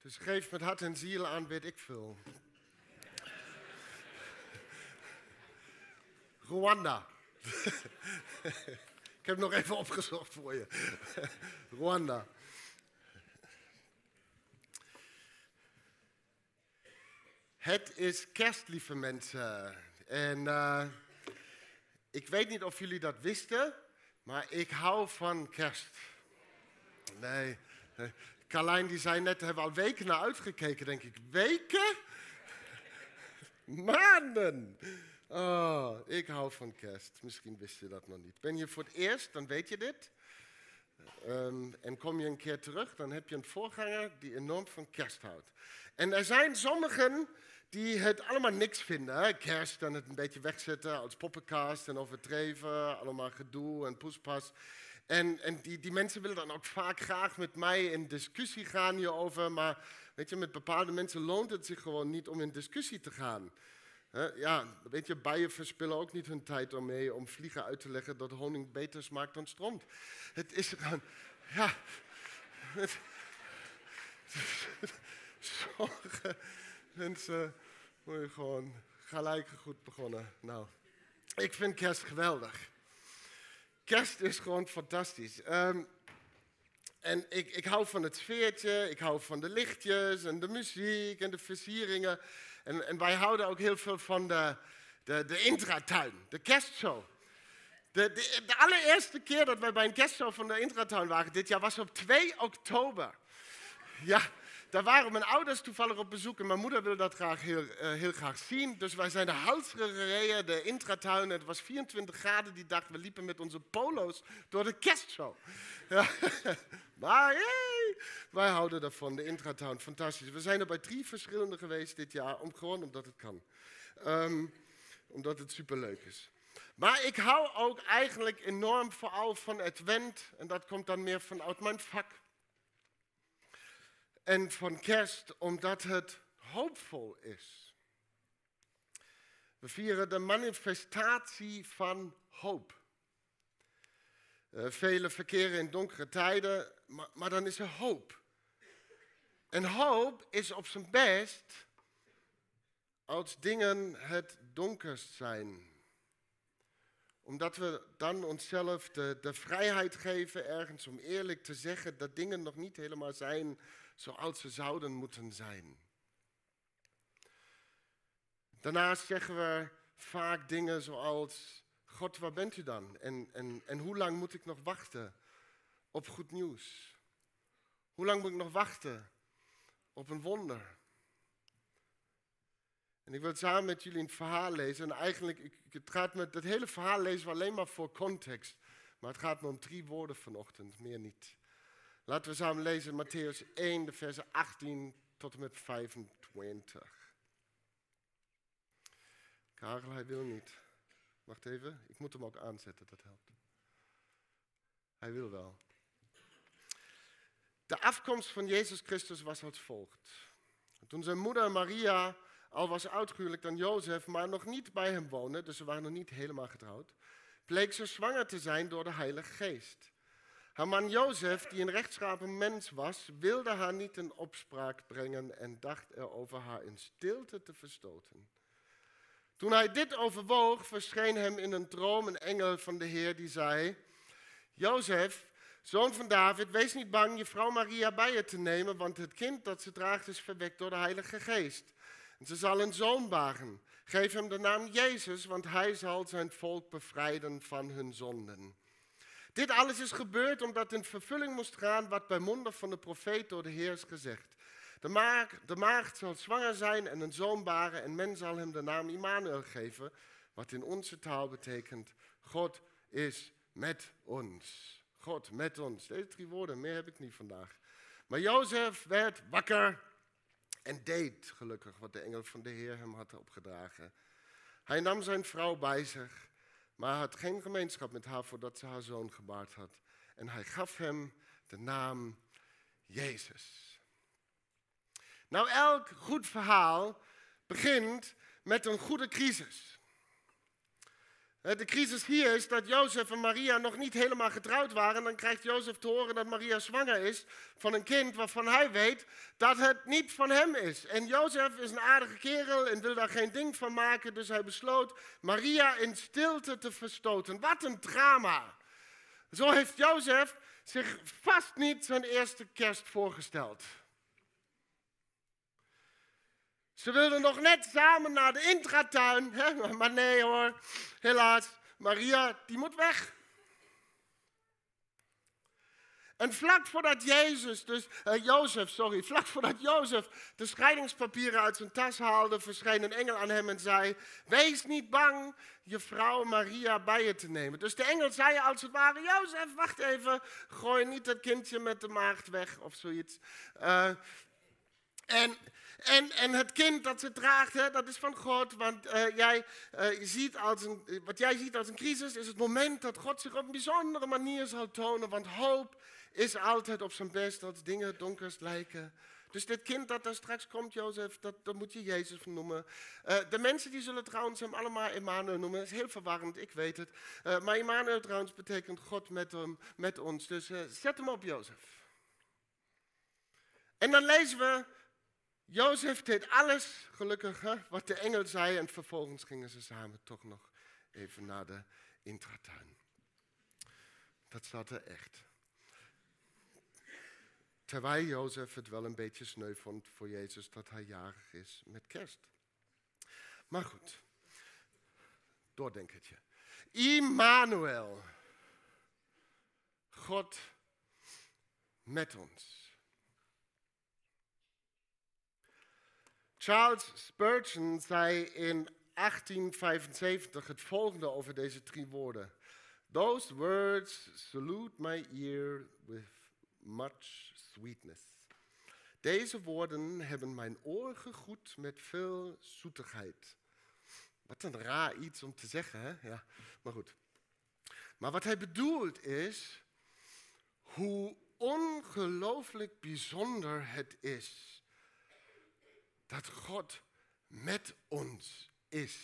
Dus geef met hart en ziel aan, weet ik veel. Rwanda. Ik heb nog even opgezocht voor je. Rwanda. Het is kerst, lieve mensen. En ik weet niet of jullie dat wisten, maar ik hou van kerst. Nee. Carlijn die zei net, hebben we al weken naar uitgekeken, denk ik. Weken? Maanden. Oh, ik hou van kerst. Misschien wist je dat nog niet. Ben je voor het eerst, dan weet je dit. En kom je een keer terug, dan heb je een voorganger die enorm van kerst houdt. En er zijn sommigen die het allemaal niks vinden. Hè? Kerst en het een beetje wegzetten als poppenkast en overdreven. Allemaal gedoe en poespas. En die mensen willen dan ook vaak graag met mij in discussie gaan hierover. Maar weet je, met bepaalde mensen loont het zich gewoon niet om in discussie te gaan. Ja, weet je, bijen verspillen ook niet hun tijd ermee om vliegen uit te leggen dat honing beter smaakt dan stront. Het is gewoon, ja. Sommige mensen worden gewoon gelijk goed begonnen. Nou, ik vind kerst geweldig. Kerst is gewoon fantastisch. En ik hou van het sfeertje, ik hou van de lichtjes en de muziek en de versieringen. En wij houden ook heel veel van de intratuin, de kerstshow. De allereerste keer dat wij bij een kerstshow van de intratuin waren dit jaar was op 2 oktober. Ja, daar waren mijn ouders toevallig op bezoek en mijn moeder wilde dat graag heel graag zien. Dus wij zijn de Halseren gereden, de intratuin. Het was 24 graden die dag. We liepen met onze polo's door de kerstshow. Ja. Maar hey, wij houden daarvan, de intratuin, fantastisch. We zijn er bij 3 verschillende geweest dit jaar, gewoon omdat het kan. Omdat het superleuk is. Maar ik hou ook eigenlijk enorm vooral van Advent. En dat komt dan meer vanuit mijn vak. En van kerst, omdat het hoopvol is. We vieren de manifestatie van hoop. Velen verkeren in donkere tijden, maar dan is er hoop. En hoop is op zijn best als dingen het donkerst zijn. Omdat we dan onszelf de vrijheid geven ergens om eerlijk te zeggen dat dingen nog niet helemaal zijn zoals ze zouden moeten zijn. Daarnaast zeggen we vaak dingen zoals, God, waar bent u dan? En hoe lang moet ik nog wachten op goed nieuws? Hoe lang moet ik nog wachten op een wonder? En ik wil samen met jullie een verhaal lezen. En eigenlijk, het hele verhaal lezen we alleen maar voor context. Maar het gaat me om 3 woorden vanochtend, meer niet. Laten we samen lezen Mattheüs 1, de versen 18 tot en met 25. Karel, hij wil niet. Wacht even, ik moet hem ook aanzetten, dat helpt. Hij wil wel. De afkomst van Jezus Christus was als volgt. Toen zijn moeder Maria al was uitgehuwelijkd aan Jozef, maar nog niet bij hem woonde, dus ze waren nog niet helemaal getrouwd, bleek ze zwanger te zijn door de Heilige Geest. Haar man Jozef, die een rechtschapen mens was, wilde haar niet in opspraak brengen en dacht erover haar in stilte te verstoten. Toen hij dit overwoog, verscheen hem in een droom een engel van de Heer die zei: Jozef, zoon van David, wees niet bang je vrouw Maria bij je te nemen, want het kind dat ze draagt is verwekt door de Heilige Geest. En ze zal een zoon baren. Geef hem de naam Jezus, want hij zal zijn volk bevrijden van hun zonden. Dit alles is gebeurd omdat in vervulling moest gaan wat bij monden van de profeet door de Heer is gezegd. De maagd zal zwanger zijn en een zoon baren en men zal hem de naam Immanuel geven, wat in onze taal betekent, God is met ons. God met ons. Deze 3 woorden, meer heb ik niet vandaag. Maar Jozef werd wakker en deed gelukkig wat de engel van de Heer hem had opgedragen. Hij nam zijn vrouw bij zich, maar had geen gemeenschap met haar voordat ze haar zoon gebaard had. En hij gaf hem de naam Jezus. Nou, elk goed verhaal begint met een goede crisis. De crisis hier is dat Jozef en Maria nog niet helemaal getrouwd waren. Dan krijgt Jozef te horen dat Maria zwanger is van een kind waarvan hij weet dat het niet van hem is. En Jozef is een aardige kerel en wil daar geen ding van maken. Dus hij besloot Maria in stilte te verstoten. Wat een drama. Zo heeft Jozef zich vast niet zijn eerste kerst voorgesteld. Ze wilden nog net samen naar de intratuin, hè? Maar nee hoor, helaas, Maria die moet weg. En vlak voordat Jozef de scheidingspapieren uit zijn tas haalde, verscheen een engel aan hem en zei, wees niet bang je vrouw Maria bij je te nemen. Dus de engel zei als het ware, Jozef, wacht even, gooi niet dat kindje met de maagd weg of zoiets. En het kind dat ze draagt, hè, dat is van God. Want wat jij ziet als een crisis is het moment dat God zich op een bijzondere manier zal tonen. Want hoop is altijd op zijn best als dingen het donkerst lijken. Dus dit kind dat daar straks komt, Jozef, dat moet je Jezus noemen. De mensen die zullen trouwens hem allemaal Immanuel noemen. Dat is heel verwarrend, ik weet het. Maar Immanuel trouwens betekent God met ons. Dus zet hem op, Jozef. En dan lezen we, Jozef deed alles, gelukkig, wat de engel zei. En vervolgens gingen ze samen toch nog even naar de intratuin. Dat zat er echt. Terwijl Jozef het wel een beetje sneu vond voor Jezus dat hij jarig is met kerst. Maar goed, doordenkertje. Immanuel, God met ons. Charles Spurgeon zei in 1875 het volgende over deze 3 woorden. Those words salute my ear with much sweetness. Deze woorden hebben mijn oor gegroet met veel zoetigheid. Wat een raar iets om te zeggen, hè? Ja, maar goed. Maar wat hij bedoelt is hoe ongelooflijk bijzonder het is dat God met ons is.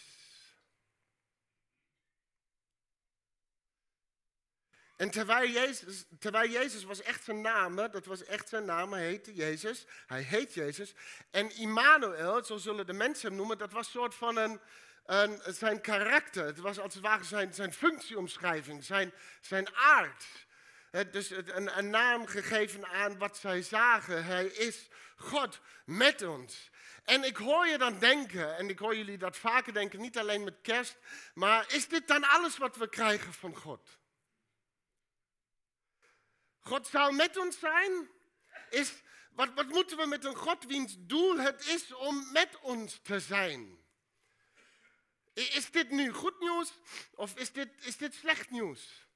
En terwijl Jezus was echt zijn naam, dat was echt zijn naam, hij heette Jezus, hij heet Jezus. En Immanuel, zo zullen de mensen hem noemen, dat was een soort van zijn karakter. Het was als het ware zijn functieomschrijving, zijn aard. Dus een naam gegeven aan wat zij zagen. Hij is God met ons. En ik hoor je dan denken, en ik hoor jullie dat vaker denken, niet alleen met kerst, maar is dit dan alles wat we krijgen van God? God zal met ons zijn? Wat moeten we met een God wiens doel het is om met ons te zijn? Is dit nu goed nieuws of is dit slecht nieuws?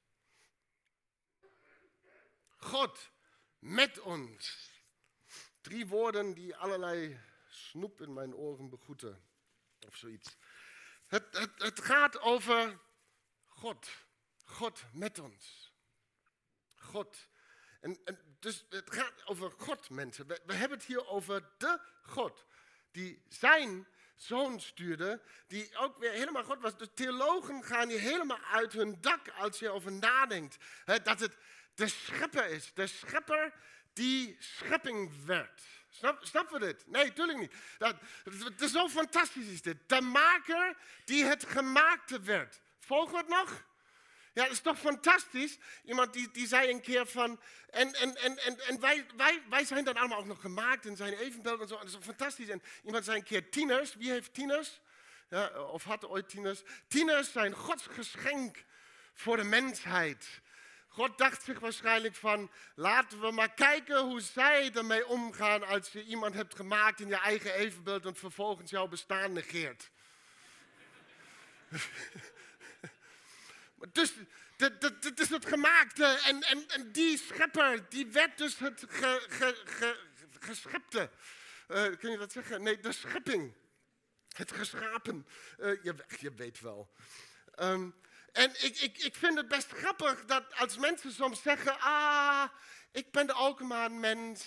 God met ons. 3 woorden die allerlei snoep in mijn oren begroeten. Of zoiets. Het gaat over God. God met ons. God. Dus het gaat over God, mensen. We hebben het hier over de God. Die zijn zoon stuurde, die ook weer helemaal God was. De theologen gaan hier helemaal uit hun dak als je erover nadenkt. Dat het de schepper is. De schepper die schepping werd. Snappen we dit? Nee, tuurlijk niet. Het is zo fantastisch is dit. De maker die het gemaakte werd. Volgen we het nog? Ja, dat is toch fantastisch? Iemand die zei een keer van... En wij zijn dan allemaal ook nog gemaakt in zijn evenbeeld en zo. En dat is toch fantastisch? En iemand zei een keer tieners. Wie heeft tieners? Ja, of had ooit tieners? Tieners zijn Gods geschenk voor de mensheid. God dacht zich waarschijnlijk van, laten we maar kijken hoe zij ermee omgaan als je iemand hebt gemaakt in je eigen evenbeeld en vervolgens jouw bestaan negeert. Dus het is het gemaakte en die schepper, die werd dus het geschepte. Kun je dat zeggen? Nee, de schepping. Het geschapen. Je weet wel. En ik vind het best grappig dat als mensen soms zeggen, ik ben ook maar een mens.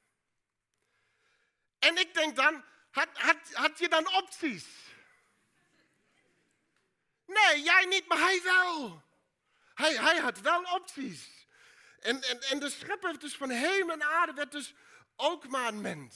En ik denk dan, had je dan opties? Nee, jij niet, maar hij wel. Hij had wel opties. En de schepper dus van hemel en aarde werd dus ook maar een mens.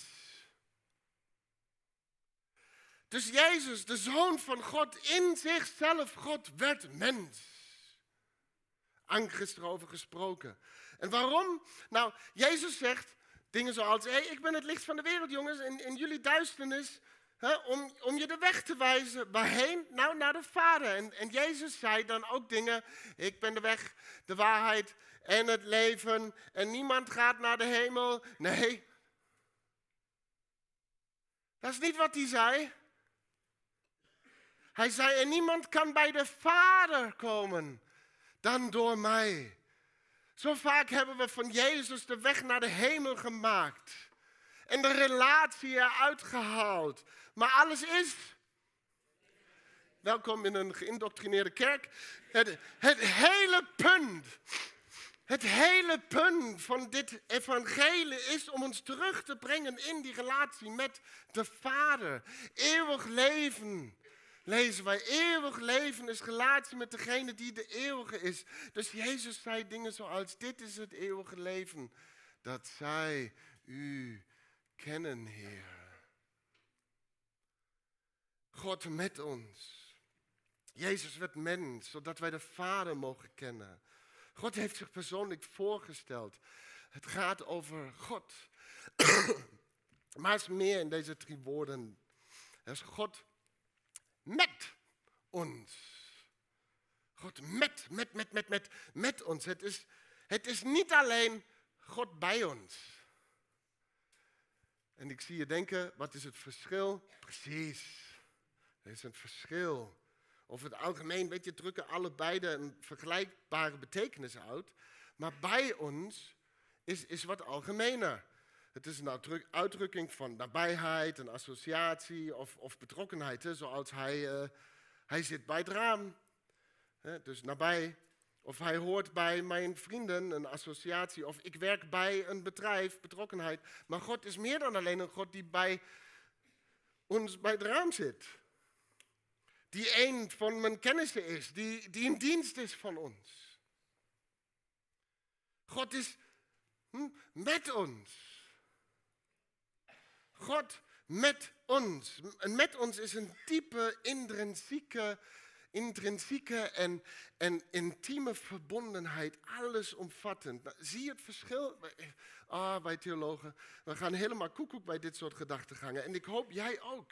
Dus Jezus, de Zoon van God, in zichzelf, God werd mens. Gisteren over gesproken. En waarom? Nou, Jezus zegt dingen zoals, hey, ik ben het licht van de wereld, jongens, en jullie duisternis, om je de weg te wijzen. Waarheen? Nou, naar de Vader. En Jezus zei dan ook dingen, ik ben de weg, de waarheid en het leven, en niemand gaat naar de hemel. Nee, dat is niet wat hij zei. Hij zei, en niemand kan bij de Vader komen dan door mij. Zo vaak hebben we van Jezus de weg naar de hemel gemaakt. En de relatie eruit gehaald. Maar alles is. Welkom in een geïndoctrineerde kerk. Het hele punt van dit evangelie is om ons terug te brengen in die relatie met de Vader. Eeuwig leven. Lezen wij, eeuwig leven is relatie met degene die de eeuwige is. Dus Jezus zei dingen zoals, dit is het eeuwige leven. Dat zij u kennen, Heer. God met ons. Jezus werd mens, zodat wij de Vader mogen kennen. God heeft zich persoonlijk voorgesteld. Het gaat over God. Maar er is meer in deze 3 woorden. Er is God met ons. God met ons. Het is niet alleen God bij ons. En ik zie je denken, wat is het verschil? Precies, er is een verschil. Over het algemeen, weet je, drukken allebei een vergelijkbare betekenis uit. Maar bij ons is wat algemener. Het is een uitdrukking van nabijheid, een associatie of betrokkenheid. Hè? Zoals hij zit bij het raam, hè? Dus nabij. Of hij hoort bij mijn vrienden, een associatie. Of ik werk bij een bedrijf, betrokkenheid. Maar God is meer dan alleen een God die bij ons bij het raam zit. Die een van mijn kennissen is, die in dienst is van ons. God is met ons. God met ons. En met ons is een diepe, intrinsieke en intieme verbondenheid. Allesomvattend. Nou, zie je het verschil? Wij theologen, we gaan helemaal koekoek bij dit soort gedachtegangen. En ik hoop jij ook.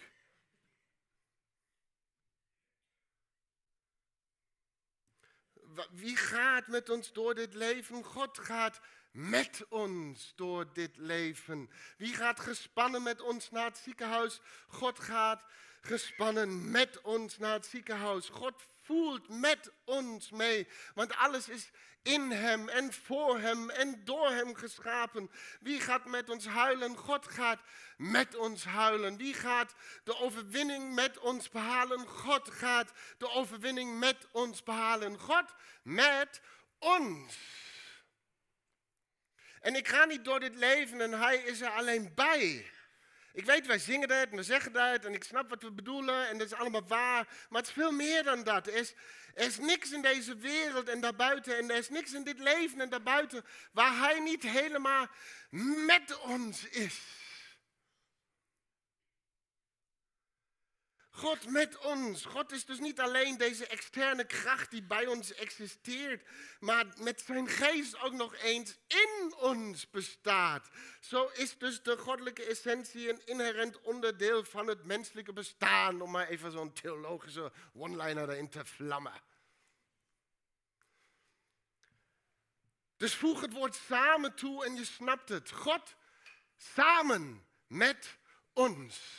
Wie gaat met ons door dit leven? God gaat met ons door dit leven. Wie gaat gespannen met ons naar het ziekenhuis? God gaat gespannen met ons naar het ziekenhuis. God voelt met ons mee, want alles is in hem en voor hem en door hem geschapen. Wie gaat met ons huilen? God gaat met ons huilen. Wie gaat de overwinning met ons behalen? God gaat de overwinning met ons behalen. God met ons. En ik ga niet door dit leven en hij is er alleen bij. Ik weet, wij zingen dat en we zeggen dat en ik snap wat we bedoelen en dat is allemaal waar. Maar het is veel meer dan dat. Er is niks in deze wereld en daarbuiten en er is niks in dit leven en daarbuiten waar hij niet helemaal met ons is. God met ons. God is dus niet alleen deze externe kracht die bij ons existeert, maar met zijn geest ook nog eens in ons bestaat. Zo is dus de goddelijke essentie een inherent onderdeel van het menselijke bestaan, om maar even zo'n theologische one-liner erin te vlammen. Dus voeg het woord samen toe en je snapt het. God samen met ons.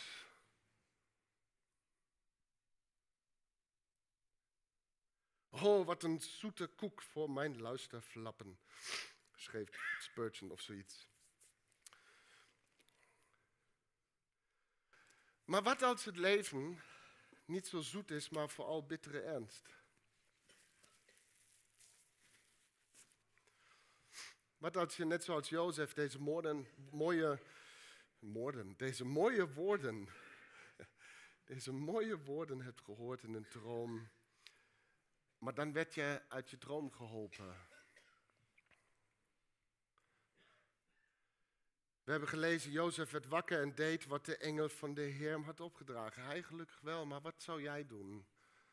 Oh, wat een zoete koek voor mijn luisterflappen, schreef Spurgeon of zoiets. Maar wat als het leven niet zo zoet is, maar vooral bittere ernst? Wat als je net zoals Jozef deze mooie woorden hebt gehoord in een droom. Maar dan werd je uit je droom geholpen. We hebben gelezen, Jozef werd wakker en deed wat de engel van de Heer hem had opgedragen. Hij gelukkig wel, maar wat zou jij doen?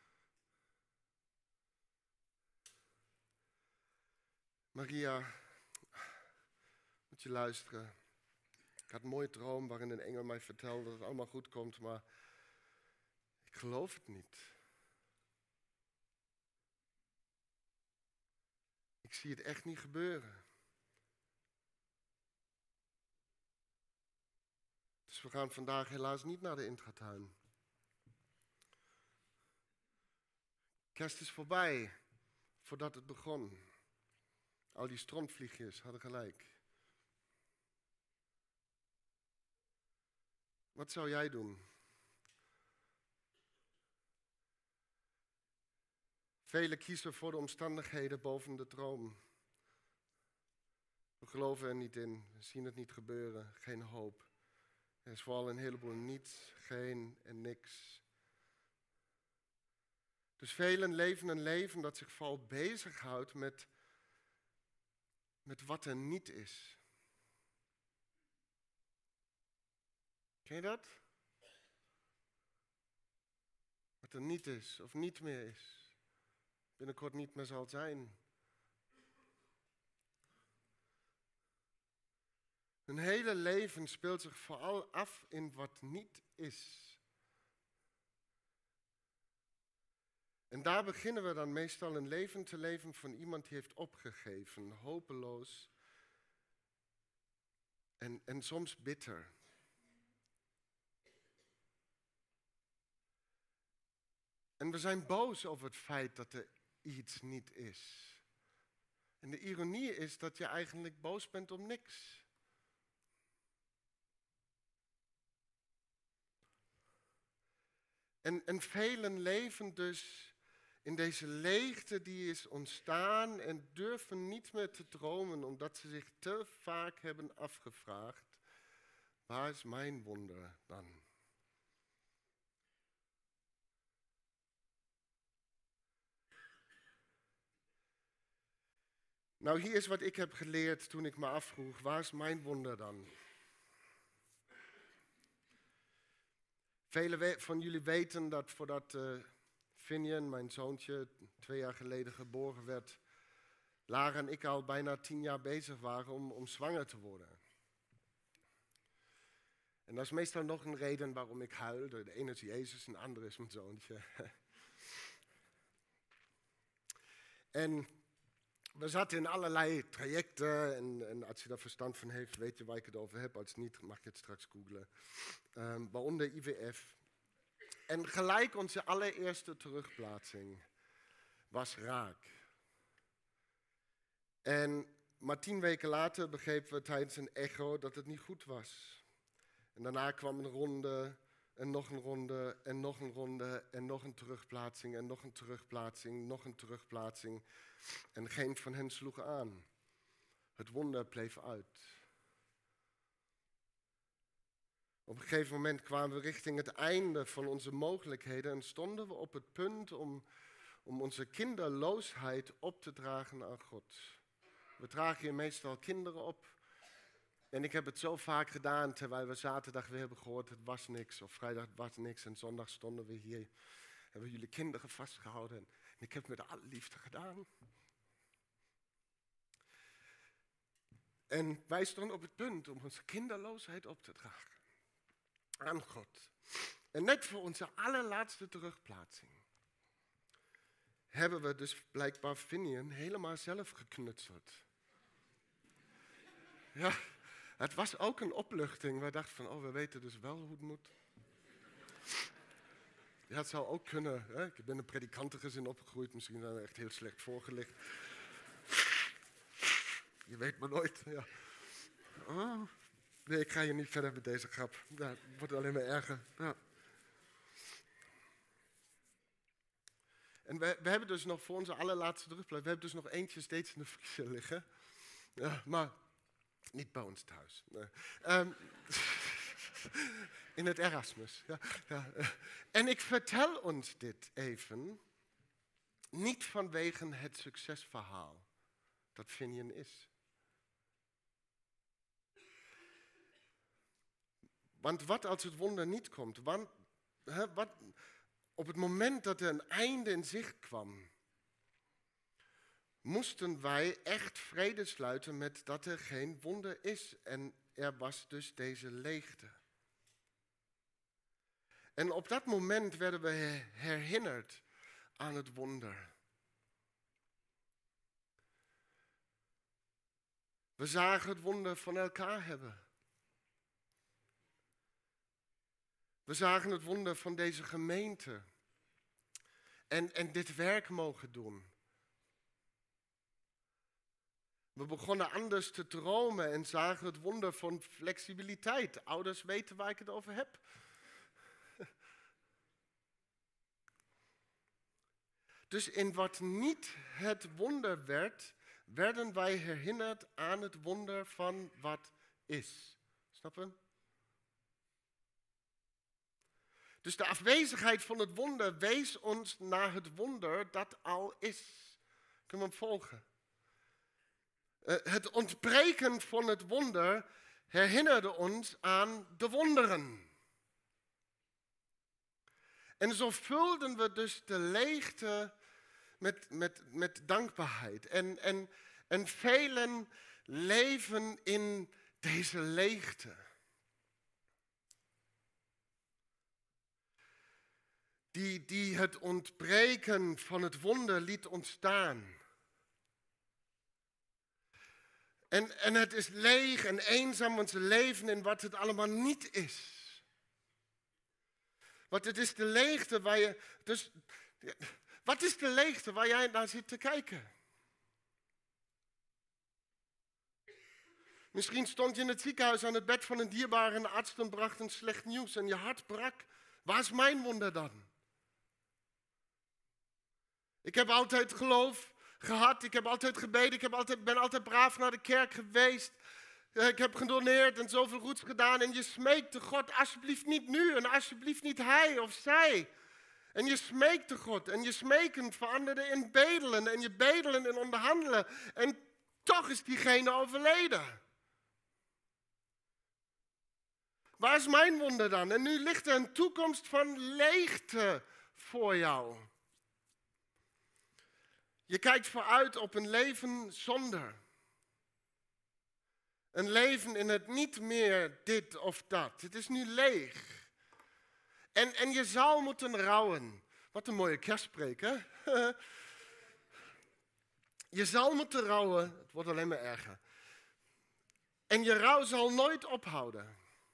Maria, moet je luisteren. Ik had een mooie droom waarin een engel mij vertelde dat het allemaal goed komt, maar ik geloof het niet. Ik zie het echt niet gebeuren. Dus we gaan vandaag helaas niet naar de intratuin. Kerst is voorbij, voordat het begon. Al die stromvliegjes hadden gelijk. Wat zou jij doen? Velen kiezen voor de omstandigheden boven de droom. We geloven er niet in, we zien het niet gebeuren, geen hoop. Er is vooral een heleboel niets, geen en niks. Dus velen leven een leven dat zich vooral bezighoudt met wat er niet is. Ken je dat? Wat er niet is of niet meer is. Binnenkort niet meer zal zijn. Hun hele leven speelt zich vooral af in wat niet is. En daar beginnen we dan meestal een leven te leven van iemand die heeft opgegeven, hopeloos en soms bitter. En we zijn boos over het feit dat er iets niet is. En de ironie is dat je eigenlijk boos bent om niks. En velen leven dus in deze leegte die is ontstaan en durven niet meer te dromen, omdat ze zich te vaak hebben afgevraagd, waar is mijn wonder dan? Nou, hier is wat ik heb geleerd toen ik me afvroeg, waar is mijn wonder dan? Velen van jullie weten dat voordat Finian, mijn zoontje, 2 jaar geleden geboren werd, Lara en ik al bijna 10 jaar bezig waren om zwanger te worden. En dat is meestal nog een reden waarom ik huil. De ene is Jezus en de andere is mijn zoontje. En we zaten in allerlei trajecten en als je daar verstand van heeft, weet je waar ik het over heb. Als niet, mag je het straks googlen. Waaronder IVF. En gelijk onze allereerste terugplaatsing was raak. Maar 10 weken later begrepen we tijdens een echo dat het niet goed was. En daarna kwam een ronde en nog een ronde en nog een ronde en nog een terugplaatsing en nog een terugplaatsing, nog een terugplaatsing. En geen van hen sloeg aan. Het wonder bleef uit. Op een gegeven moment kwamen we richting het einde van onze mogelijkheden en stonden we op het punt om onze kinderloosheid op te dragen aan God. We dragen hier meestal kinderen op. En ik heb het zo vaak gedaan, terwijl we zaterdag weer hebben gehoord, het was niks. Of vrijdag, het was niks. En zondag stonden we hier, hebben we jullie kinderen vastgehouden. En ik heb het met alle liefde gedaan. En wij stonden op het punt om onze kinderloosheid op te dragen aan God. En net voor onze allerlaatste terugplaatsing hebben we dus blijkbaar Finian helemaal zelf geknutseld. Ja, het was ook een opluchting. Wij dachten van, we weten dus wel hoe het moet. Ja, het zou ook kunnen. Hè? Ik ben een predikantengezin opgegroeid. Misschien zijn we echt heel slecht voorgelicht. Je weet maar nooit. Ja. Oh. Nee, ik ga hier niet verder met deze grap. Ja, het wordt alleen maar erger. Ja. En we hebben dus nog voor onze allerlaatste terugplaats, we hebben dus nog eentje steeds in de vriezer liggen. Ja, maar niet bij ons thuis. Nee. In het Erasmus. Ja, ja. En ik vertel ons dit even, Niet vanwege het succesverhaal dat Finian is. Want wat als het wonder niet komt? Op het moment dat er een einde in zicht kwam, moesten wij echt vrede sluiten met dat er geen wonder is. En er was dus deze leegte. En op dat moment werden we herinnerd aan het wonder. We zagen het wonder van elkaar hebben. We zagen het wonder van deze gemeente. En dit werk mogen doen. We begonnen anders te dromen en zagen het wonder van flexibiliteit. Ouders weten waar ik het over heb. Dus in wat niet het wonder werd, werden wij herinnerd aan het wonder van wat is. Snap je? Dus de afwezigheid van het wonder wees ons naar het wonder dat al is. Kunnen we hem volgen? Het ontbreken van het wonder herinnerde ons aan de wonderen. En zo vulden we dus de leegte met dankbaarheid. En velen leven in deze leegte. Die het ontbreken van het wonder liet ontstaan. En het is leeg en eenzaam, want ze leven in wat het allemaal niet is. Want het is de leegte waar je... Dus, wat is de leegte waar jij naar zit te kijken? Misschien stond je in het ziekenhuis aan het bed van een dierbare en de arts bracht een slecht nieuws en je hart brak. Waar is mijn wonder dan? Ik heb altijd geloof gehad, ik heb altijd gebeden, ben altijd braaf naar de kerk geweest. Ik heb gedoneerd en zoveel goeds gedaan. En je smeekte God, alsjeblieft niet nu en alsjeblieft niet hij of zij. En je smeekte God en je smeken veranderde in bedelen en je bedelen in onderhandelen. En toch is diegene overleden. Waar is mijn wonder dan? En nu ligt er een toekomst van leegte voor jou. Je kijkt vooruit op een leven zonder. Een leven in het niet meer dit of dat. Het is nu leeg. En je zal moeten rouwen. Wat een mooie kerstpreek, hè? Je zal moeten rouwen. Het wordt alleen maar erger. En je rouw zal nooit ophouden.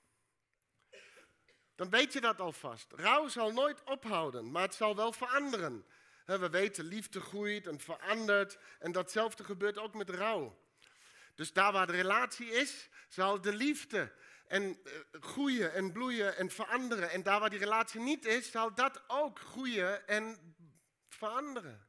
Dan weet je dat alvast. Rouw zal nooit ophouden, maar het zal wel veranderen. We weten, liefde groeit en verandert. En datzelfde gebeurt ook met rouw. Dus daar waar de relatie is, zal de liefde groeien en bloeien en veranderen. En daar waar die relatie niet is, zal dat ook groeien en veranderen.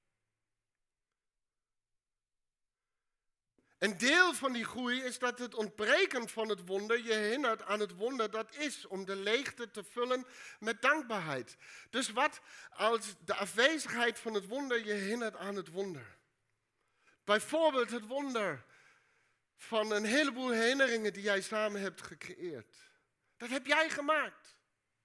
Een deel van die groei is dat het ontbreken van het wonder je herinnert aan het wonder dat is, om de leegte te vullen met dankbaarheid. Dus wat als de afwezigheid van het wonder je herinnert aan het wonder? Bijvoorbeeld het wonder van een heleboel herinneringen die jij samen hebt gecreëerd. Dat heb jij gemaakt.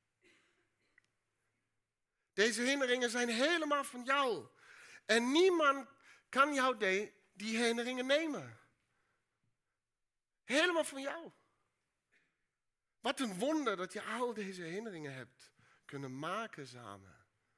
Deze herinneringen zijn helemaal van jou. En niemand kan jou die herinneringen nemen. Helemaal van jou. Wat een wonder dat je al deze herinneringen hebt kunnen maken samen.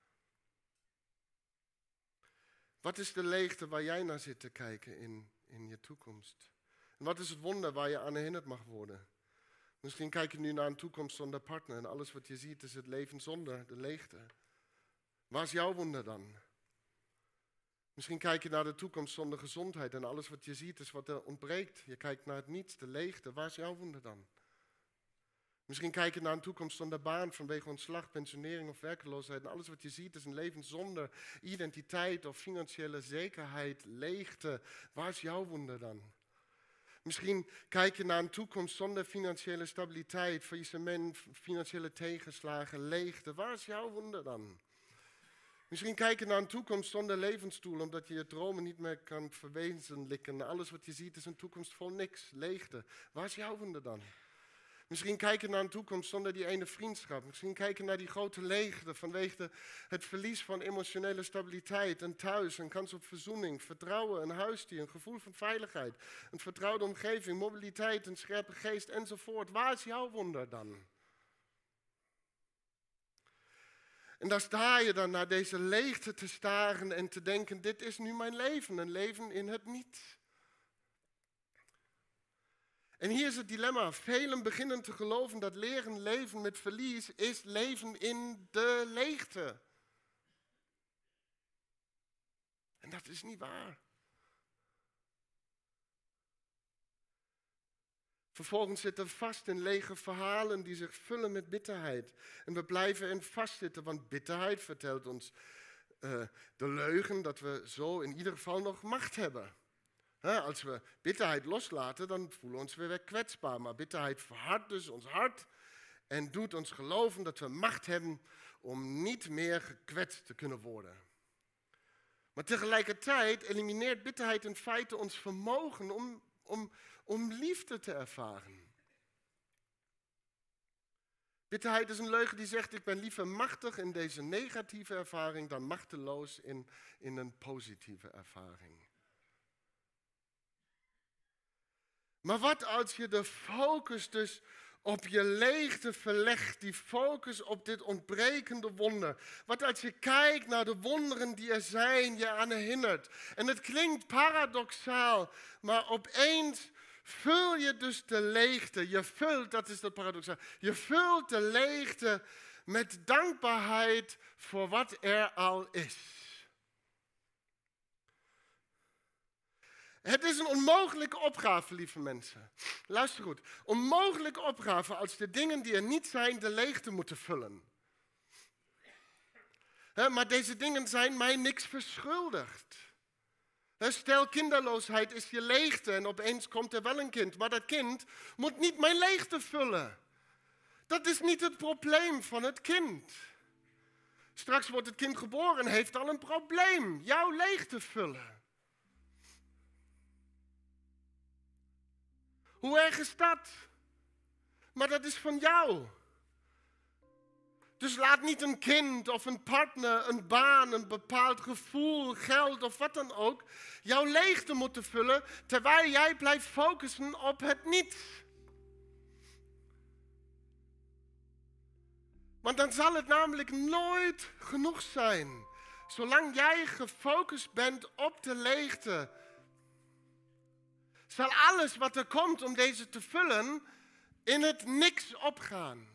Wat is de leegte waar jij naar zit te kijken in je toekomst? En wat is het wonder waar je aan herinnerd mag worden? Misschien kijk je nu naar een toekomst zonder partner en alles wat je ziet is het leven zonder de leegte. Waar is jouw wonder dan? Misschien kijk je naar de toekomst zonder gezondheid en alles wat je ziet is wat er ontbreekt. Je kijkt naar het niets, de leegte. Waar is jouw wonder dan? Misschien kijk je naar een toekomst zonder baan vanwege ontslag, pensionering of werkloosheid. En alles wat je ziet is een leven zonder identiteit of financiële zekerheid, leegte. Waar is jouw wonder dan? Misschien kijk je naar een toekomst zonder financiële stabiliteit, faillissement, financiële tegenslagen, leegte. Waar is jouw wonder dan? Misschien kijken naar een toekomst zonder levensdoel, omdat je je dromen niet meer kan verwezenlijken. Alles wat je ziet is een toekomst vol niks, leegte. Waar is jouw wonder dan? Misschien kijken naar een toekomst zonder die ene vriendschap. Misschien kijken naar die grote leegte vanwege het verlies van emotionele stabiliteit. Een thuis, een kans op verzoening, vertrouwen, een huisdier, een gevoel van veiligheid. Een vertrouwde omgeving, mobiliteit, een scherpe geest enzovoort. Waar is jouw wonder dan? En daar sta je dan naar deze leegte te staren en te denken, dit is nu mijn leven, een leven in het niet. En hier is het dilemma. Velen beginnen te geloven dat leren leven met verlies is leven in de leegte. En dat is niet waar. Vervolgens zitten we vast in lege verhalen die zich vullen met bitterheid. En we blijven in vastzitten, want bitterheid vertelt ons de leugen dat we zo in ieder geval nog macht hebben. Als we bitterheid loslaten, dan voelen we ons weer kwetsbaar. Maar bitterheid verhardt dus ons hart en doet ons geloven dat we macht hebben om niet meer gekwetst te kunnen worden. Maar tegelijkertijd elimineert bitterheid in feite ons vermogen om liefde te ervaren. Bitterheid is een leugen die zegt, ik ben liever machtig in deze negatieve ervaring dan machteloos in een positieve ervaring. Maar wat als je de focus dus op je leegte verlegt, die focus op dit ontbrekende wonder. Wat als je kijkt naar de wonderen die er zijn, je aan herinnert. En het klinkt paradoxaal, maar opeens vul je dus de leegte. Dat is dat paradoxaal. Je vult de leegte met dankbaarheid voor wat er al is. Het is een onmogelijke opgave, lieve mensen. Luister goed. Onmogelijke opgave als de dingen die er niet zijn de leegte moeten vullen. Maar deze dingen zijn mij niks verschuldigd. Stel, kinderloosheid is je leegte en opeens komt er wel een kind. Maar dat kind moet niet mijn leegte vullen. Dat is niet het probleem van het kind. Straks wordt het kind geboren en heeft al een probleem. Jouw leegte vullen. Hoe erg is dat? Maar dat is van jou. Dus laat niet een kind of een partner, een baan, een bepaald gevoel, geld of wat dan ook jouw leegte moeten vullen, terwijl jij blijft focussen op het niet. Want dan zal het namelijk nooit genoeg zijn. Zolang jij gefocust bent op de leegte, zal alles wat er komt om deze te vullen in het niks opgaan.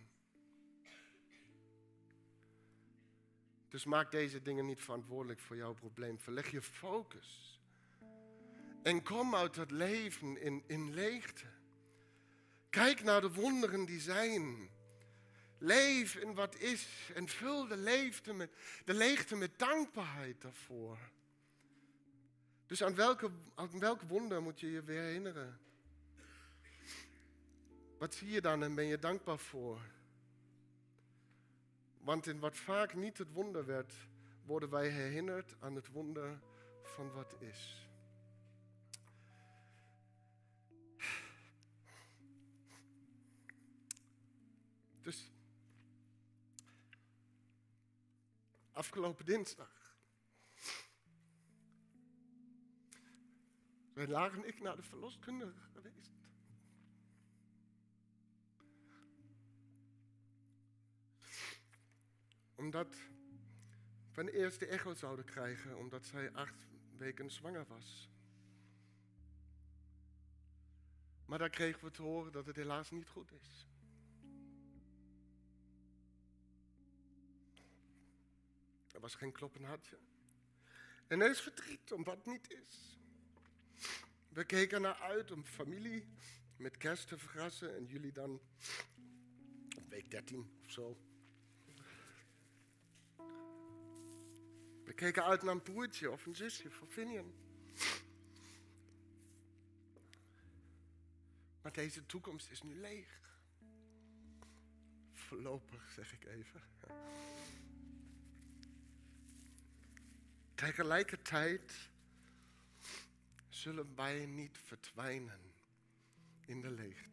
Dus maak deze dingen niet verantwoordelijk voor jouw probleem. Verleg je focus. En kom uit dat leven in leegte. Kijk naar de wonderen die zijn. Leef in wat is en vul de leegte met dankbaarheid daarvoor. Dus aan welk wonder moet je je weer herinneren? Wat zie je dan en ben je dankbaar voor? Want in wat vaak niet het wonder werd, worden wij herinnerd aan het wonder van wat is. Dus afgelopen dinsdag zijn Lara en ik naar de verloskundige geweest. Omdat we een eerste echo zouden krijgen, omdat zij 8 weken zwanger was. Maar daar kregen we te horen dat het helaas niet goed is. Er was geen kloppend hartje. En er is verdriet om wat niet is. We keken naar uit om familie met kerst te verrassen en jullie dan op week 13 of zo. We keken uit naar een broertje of een zusje voor Finian. Maar deze toekomst is nu leeg. Voorlopig, zeg ik even. Tegelijkertijd zullen wij niet verdwijnen in de leegte.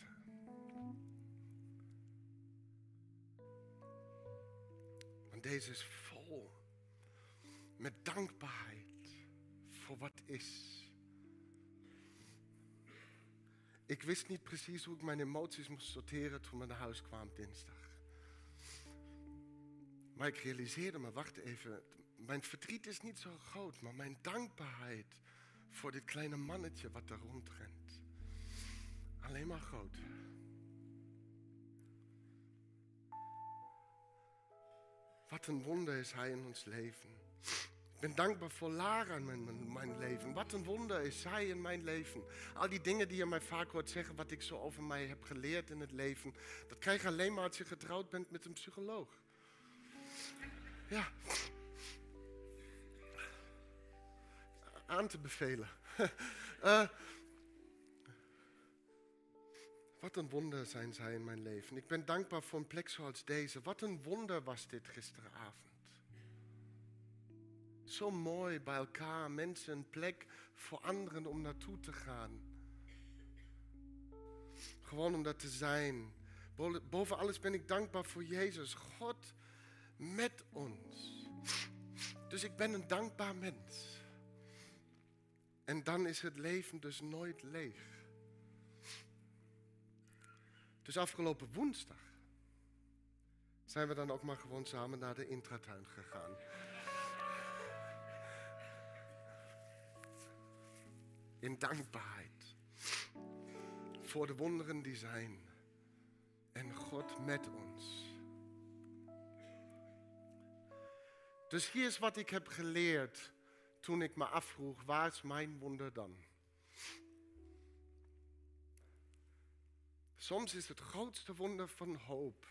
Want deze is vol met dankbaarheid voor wat is. Ik wist niet precies hoe ik mijn emoties moest sorteren toen we naar huis kwamen dinsdag. Maar ik realiseerde me, wacht even, mijn verdriet is niet zo groot, maar mijn dankbaarheid voor dit kleine mannetje wat er rondrent. Alleen maar groot. Wat een wonder is hij in ons leven. Ik ben dankbaar voor Lara in mijn leven. Wat een wonder is zij in mijn leven. Al die dingen die je mij vaak hoort zeggen, wat ik zo over mij heb geleerd in het leven, dat krijg je alleen maar als je getrouwd bent met een psycholoog. Ja. Aan te bevelen. Wat een wonder zijn zij in mijn leven. Ik ben dankbaar voor een plek zoals deze. Wat een wonder was dit gisteravond. Zo mooi bij elkaar, mensen een plek voor anderen om naartoe te gaan. Gewoon om dat te zijn. Boven alles ben ik dankbaar voor Jezus, God met ons. Dus ik ben een dankbaar mens. En dan is het leven dus nooit leeg. Dus afgelopen woensdag zijn we dan ook maar gewoon samen naar de intratuin gegaan. In dankbaarheid voor de wonderen die zijn. En God met ons. Dus hier is wat ik heb geleerd toen ik me afvroeg, waar is mijn wonder dan? Soms is het grootste wonder van hoop.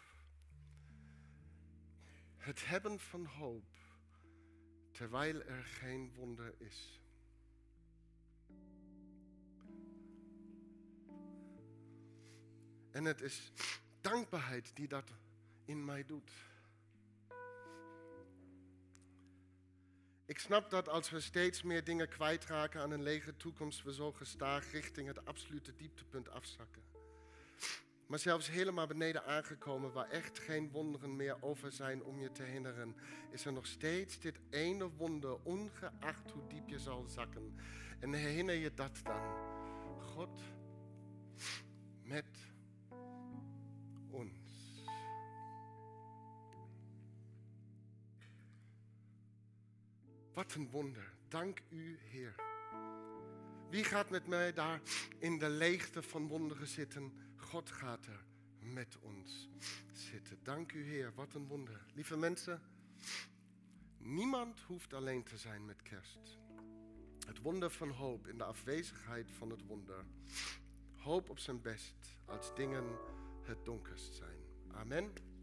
Het hebben van hoop, terwijl er geen wonder is. En het is dankbaarheid die dat in mij doet. Ik snap dat als we steeds meer dingen kwijtraken aan een lege toekomst, we zo gestaag richting het absolute dieptepunt afzakken. Maar zelfs helemaal beneden aangekomen, waar echt geen wonderen meer over zijn om je te herinneren, is er nog steeds dit ene wonder, ongeacht hoe diep je zal zakken. En herinner je dat dan? God met ons. Wat een wonder. Dank u, Heer. Wie gaat met mij daar in de leegte van wonderen zitten? God gaat er met ons zitten. Dank u, Heer. Wat een wonder. Lieve mensen, niemand hoeft alleen te zijn met kerst. Het wonder van hoop in de afwezigheid van het wonder. Hoop op zijn best als dingen het donkerst zijn. Amen.